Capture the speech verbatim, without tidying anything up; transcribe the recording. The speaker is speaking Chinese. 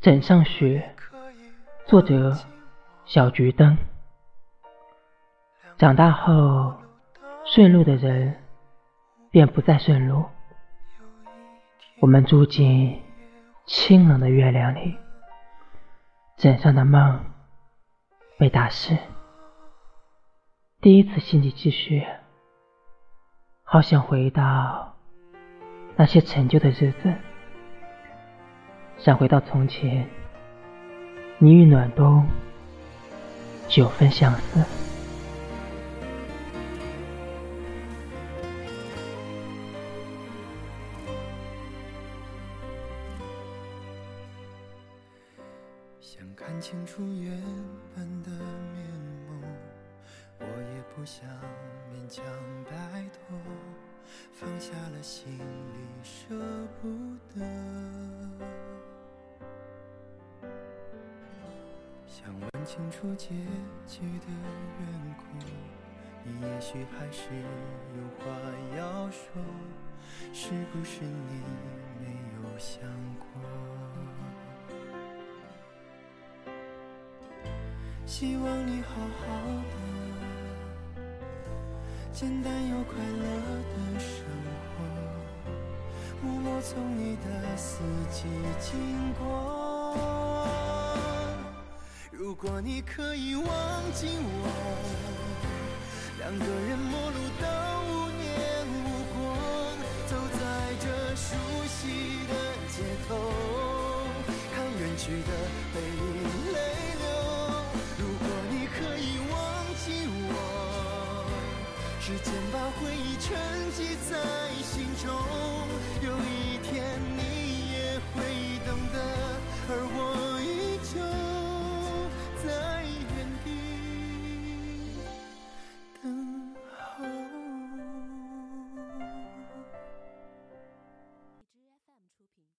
枕上雪，作者小桔灯。长大后，顺路的人便不再顺路，我们住进清冷的月亮里，枕上的梦被打湿。第一次心里积雪，好想回到那些陈旧的日子，想回到从前，你与暖冬九分相似。 想看清楚原本的面目，我也不想勉强摆脱，放下了心里舍不得。想问清楚结局的缘故，你也许还是有话要说，是不是你没有想过？希望你好好的，简单又快乐的生活，默默从你的四季经过。如果你可以忘记我，两个人陌路到无念无果，走在这熟悉的街头，看远去的背影泪流。如果你可以忘记我，时间把回忆沉积在心中，有一天